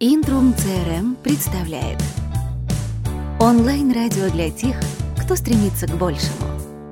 Intrum CRM представляет онлайн-радио для тех, кто стремится к большему.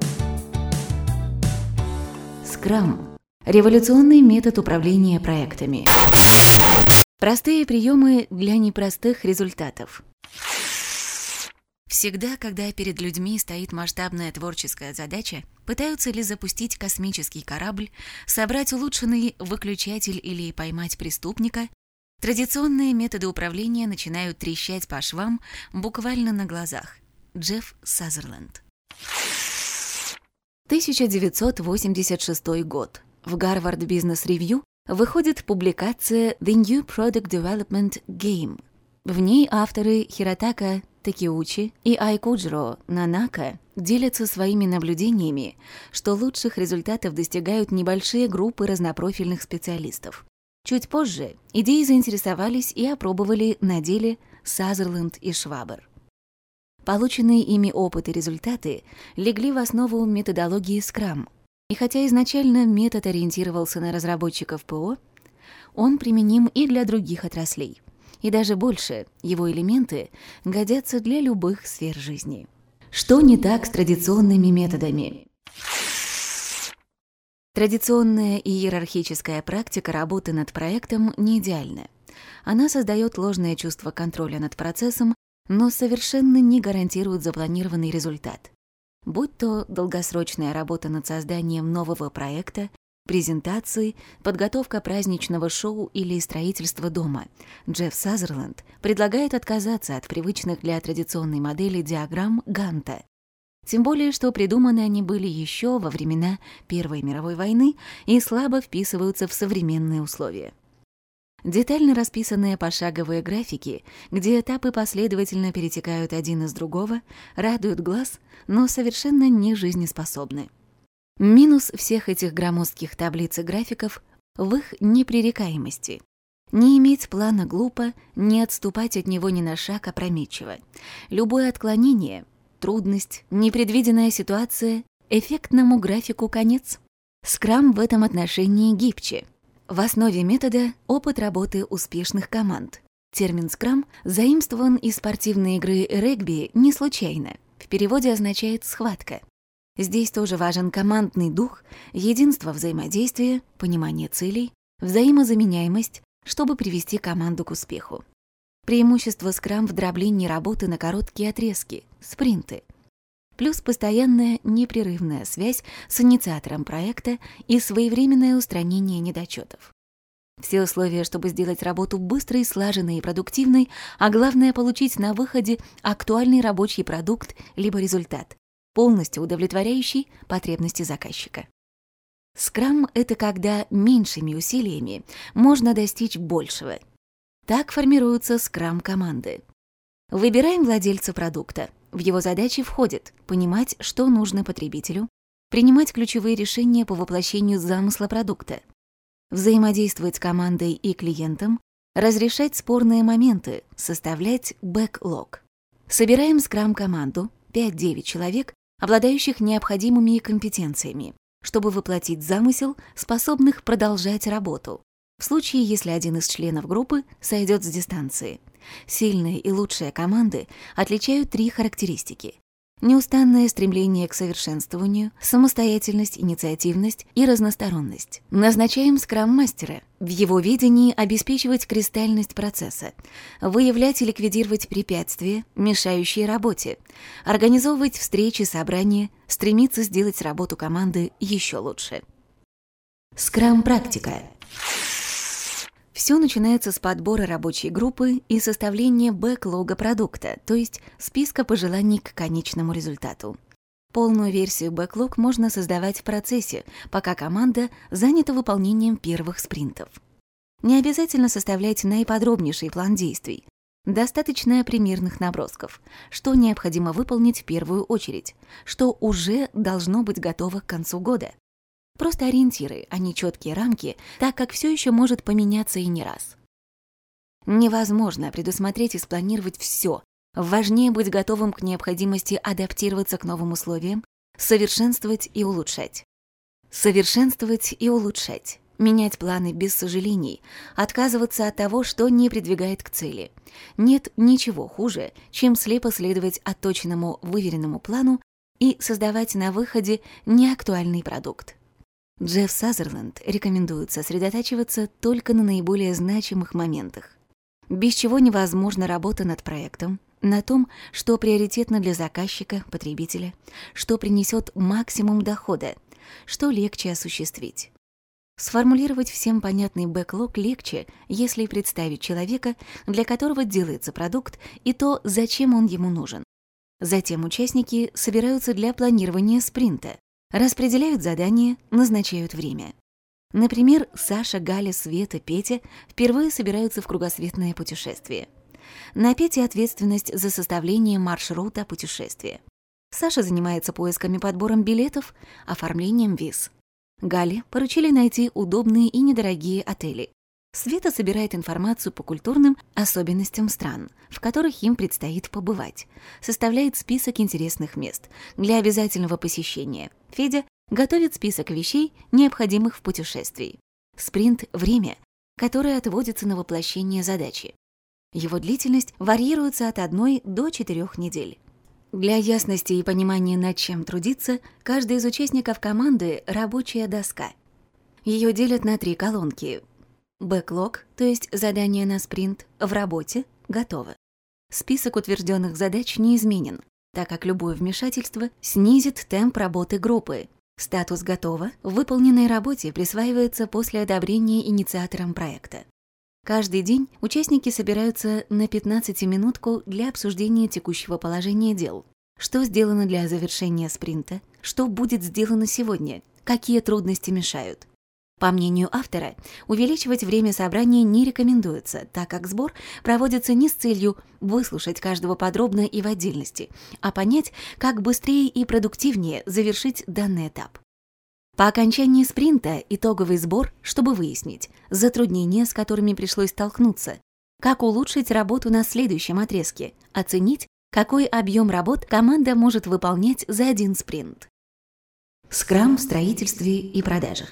Scrum – революционный метод управления проектами. Простые приемы для непростых результатов. Всегда, когда перед людьми стоит масштабная творческая задача, пытаются ли запустить космический корабль, собрать улучшенный выключатель или поймать преступника, традиционные методы управления начинают трещать по швам буквально на глазах. Джефф Сазерленд. 1986 год. В Harvard Business Review выходит публикация The New Product Development Game. В ней авторы Хиротака Такеучи и Айкуджиро Нанака делятся своими наблюдениями, что лучших результатов достигают небольшие группы разнопрофильных специалистов. Чуть позже идеи заинтересовались и опробовали на деле Сазерленд и Швабер. Полученные ими опыт и результаты легли в основу методологии Scrum. И хотя изначально метод ориентировался на разработчиков ПО, он применим и для других отраслей. И даже больше, его элементы годятся для любых сфер жизни. Что не так с традиционными методами? Традиционная и иерархическая практика работы над проектом не идеальна. Она создает ложное чувство контроля над процессом, но совершенно не гарантирует запланированный результат. Будь то долгосрочная работа над созданием нового проекта, презентации, подготовка праздничного шоу или строительство дома, Джефф Сазерленд предлагает отказаться от привычных для традиционной модели диаграмм Ганта. Тем более, что придуманы они были еще во времена Первой мировой войны и слабо вписываются в современные условия. Детально расписанные пошаговые графики, где этапы последовательно перетекают один из другого, радуют глаз, но совершенно не жизнеспособны. Минус всех этих громоздких таблиц и графиков в их непререкаемости. Не иметь плана глупо, не отступать от него ни на шаг опрометчиво. Любое отклонение — трудность, непредвиденная ситуация, эффектному графику конец. Scrum в этом отношении гибче. В основе метода — опыт работы успешных команд. Термин Scrum заимствован из спортивной игры регби не случайно. В переводе означает «схватка». Здесь тоже важен командный дух, единство взаимодействия, понимание целей, взаимозаменяемость, чтобы привести команду к успеху. Преимущество Scrum в дроблении работы на короткие отрезки, спринты. Плюс постоянная непрерывная связь с инициатором проекта и своевременное устранение недочетов. Все условия, чтобы сделать работу быстрой, слаженной и продуктивной, а главное — получить на выходе актуальный рабочий продукт либо результат, полностью удовлетворяющий потребности заказчика. Scrum — это когда меньшими усилиями можно достичь большего. Так формируются Scrum-команды. Выбираем владельца продукта. В его задачи входит понимать, что нужно потребителю, принимать ключевые решения по воплощению замысла продукта, взаимодействовать с командой и клиентом, разрешать спорные моменты, составлять бэклог. Собираем Scrum-команду, 5-9 человек, обладающих необходимыми компетенциями, чтобы воплотить замысел, способных продолжать работу. В случае, если один из членов группы сойдет с дистанции. Сильные и лучшие команды отличают 3 характеристики: неустанное стремление к совершенствованию, самостоятельность, инициативность и разносторонность. Назначаем скрам-мастера. В его видении обеспечивать кристальность процесса, выявлять и ликвидировать препятствия, мешающие работе, организовывать встречи, собрания, стремиться сделать работу команды еще лучше. Скрам-практика. Все начинается с подбора рабочей группы и составления бэклога продукта, то есть списка пожеланий к конечному результату. Полную версию бэклог можно создавать в процессе, пока команда занята выполнением первых спринтов. Не обязательно составлять наиподробнейший план действий. Достаточно примерных набросков, что необходимо выполнить в первую очередь, что уже должно быть готово к концу года. Просто ориентиры, а не четкие рамки, так как все еще может поменяться и не раз. Невозможно предусмотреть и спланировать все. Важнее быть готовым к необходимости адаптироваться к новым условиям, совершенствовать и улучшать. Совершенствовать и улучшать. менять планы без сожалений, отказываться от того, что не придвигает к цели. Нет ничего хуже, чем слепо следовать отточенному, выверенному плану и создавать на выходе неактуальный продукт. Джефф Сазерленд рекомендует сосредотачиваться только на наиболее значимых моментах, без чего невозможна работа над проектом, на том, что приоритетно для заказчика, потребителя, что принесет максимум дохода, что легче осуществить. Сформулировать всем понятный бэклог легче, если представить человека, для которого делается продукт, и то, зачем он ему нужен. Затем участники собираются для планирования спринта, распределяют задания, назначают время. Например, Саша, Галя, Света, Петя впервые собираются в кругосветное путешествие. На Пете ответственность за составление маршрута путешествия. Саша занимается поисками и подбором билетов, оформлением виз. Гале поручили найти удобные и недорогие отели. Света собирает информацию по культурным особенностям стран, в которых им предстоит побывать, составляет список интересных мест для обязательного посещения. Федя готовит список вещей, необходимых в путешествии. Спринт — время, которое отводится на воплощение задачи. Его длительность варьируется от 1 до 4 недель. Для ясности и понимания, над чем трудиться, каждый из участников команды — рабочая доска. Ее делят на 3 колонки. Бэклог, то есть задание на спринт, в работе — готово. Список утвержденных задач не изменен, так как любое вмешательство снизит темп работы группы. Статус «готово» в выполненной работе присваивается после одобрения инициатором проекта. Каждый день участники собираются на 15-минутку для обсуждения текущего положения дел. Что сделано для завершения спринта, что будет сделано сегодня, какие трудности мешают. По мнению автора, увеличивать время собрания не рекомендуется, так как сбор проводится не с целью выслушать каждого подробно и в отдельности, а понять, как быстрее и продуктивнее завершить данный этап. По окончании спринта итоговый сбор, чтобы выяснить затруднения, с которыми пришлось столкнуться, как улучшить работу на следующем отрезке, оценить, какой объем работ команда может выполнять за один спринт. Скрам в строительстве и продажах.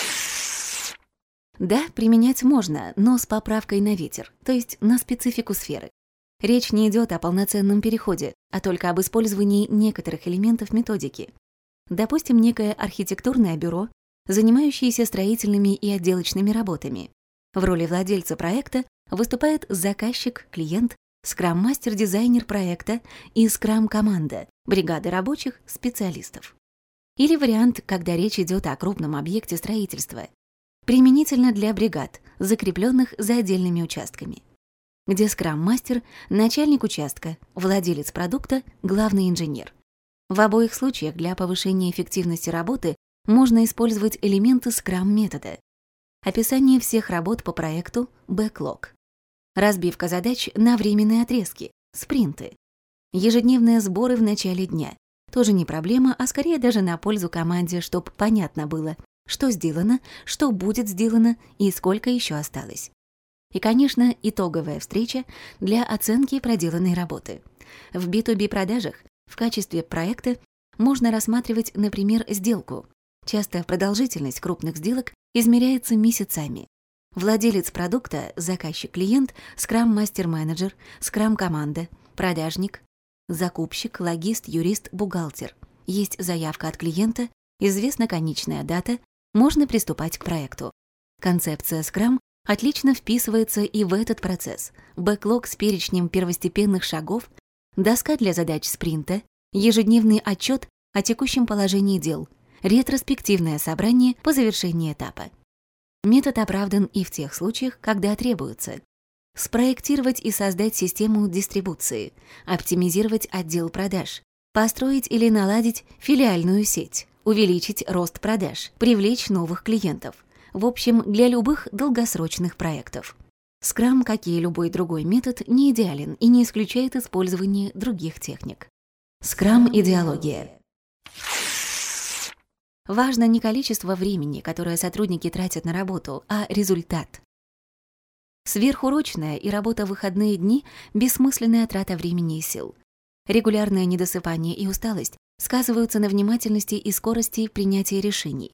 Да, применять можно, но с поправкой на ветер, то есть на специфику сферы. Речь не идет о полноценном переходе, а только об использовании некоторых элементов методики. Допустим, некое архитектурное бюро, занимающееся строительными и отделочными работами. В роли владельца проекта выступает заказчик, клиент, скрам-мастер, дизайнер проекта и скрам-команда, бригада рабочих, специалистов. Или вариант, когда речь идет о крупном объекте строительства. Применительно для бригад, закрепленных за отдельными участками, где скрам-мастер — начальник участка, владелец продукта — главный инженер. В обоих случаях для повышения эффективности работы можно использовать элементы скрам-метода. Описание всех работ по проекту — бэклог. Разбивка задач на временные отрезки — спринты. Ежедневные сборы в начале дня — тоже не проблема, а скорее даже на пользу команде, чтобы понятно было, что сделано, что будет сделано и сколько еще осталось. И, конечно, итоговая встреча для оценки проделанной работы. В B2B продажах в качестве проекта можно рассматривать, например, сделку. Часто продолжительность крупных сделок измеряется месяцами. Владелец продукта, заказчик-клиент, скрам-мастер-менеджер, скрам-команда, продажник, закупщик, логист, юрист, бухгалтер. Есть заявка от клиента, известна конечная дата, можно приступать к проекту. Концепция Scrum отлично вписывается и в этот процесс. Бэклог с перечнем первостепенных шагов, доска для задач спринта, ежедневный отчет о текущем положении дел, ретроспективное собрание по завершении этапа. Метод оправдан и в тех случаях, когда требуется спроектировать и создать систему дистрибуции, оптимизировать отдел продаж, построить или наладить филиальную сеть, увеличить рост продаж, привлечь новых клиентов. В общем, для любых долгосрочных проектов. Scrum, как и любой другой метод, не идеален и не исключает использование других техник. Scrum-идеология. Важно не количество времени, которое сотрудники тратят на работу, а результат. Сверхурочная и работа в выходные дни – бессмысленная трата времени и сил. Регулярное недосыпание и усталость сказываются на внимательности и скорости принятия решений,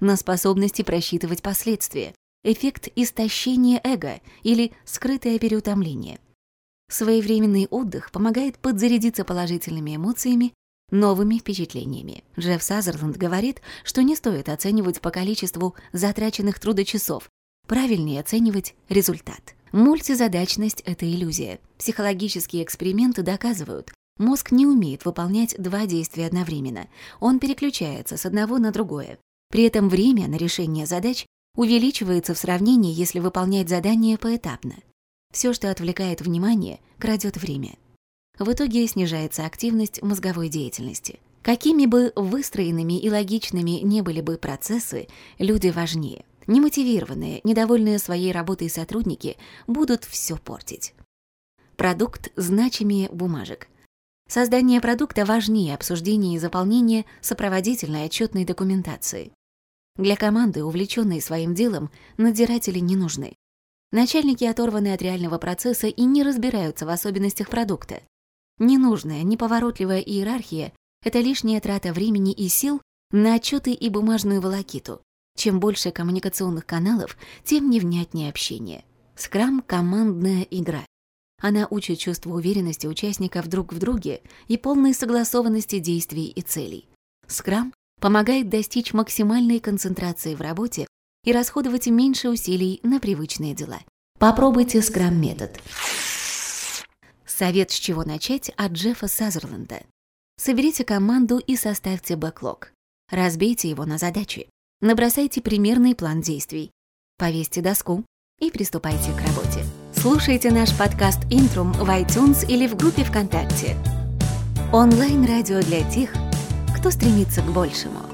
на способности просчитывать последствия, эффект истощения эго или скрытое переутомление. Своевременный отдых помогает подзарядиться положительными эмоциями, новыми впечатлениями. Джефф Сазерленд говорит, что не стоит оценивать по количеству затраченных трудочасов, правильнее оценивать результат. Мультизадачность — это иллюзия. Психологические эксперименты доказывают, мозг не умеет выполнять два действия одновременно. Он переключается с одного на другое. При этом время на решение задач увеличивается в сравнении, если выполнять задание поэтапно. Все, что отвлекает внимание, крадет время. В итоге снижается активность мозговой деятельности. Какими бы выстроенными и логичными не были бы процессы, люди важнее. Немотивированные, недовольные своей работой сотрудники будут все портить. Продукт значимее бумажек. Создание продукта важнее обсуждения и заполнения сопроводительной отчетной документации. Для команды, увлеченной своим делом, надзиратели не нужны. Начальники оторваны от реального процесса и не разбираются в особенностях продукта. Ненужная, неповоротливая иерархия — это лишняя трата времени и сил на отчеты и бумажную волокиту. Чем больше коммуникационных каналов, тем невнятнее общение. Скрам — командная игра. Она учит чувству уверенности участников друг в друге и полной согласованности действий и целей. Скрам помогает достичь максимальной концентрации в работе и расходовать меньше усилий на привычные дела. Попробуйте скрам-метод. Совет, с чего начать, от Джеффа Сазерленда. Соберите команду и составьте бэклог. Разбейте его на задачи. Набросайте примерный план действий. Повесьте доску и приступайте к работе. Слушайте наш подкаст «Интрум» в iTunes или в группе ВКонтакте. Онлайн-радио для тех, кто стремится к большему.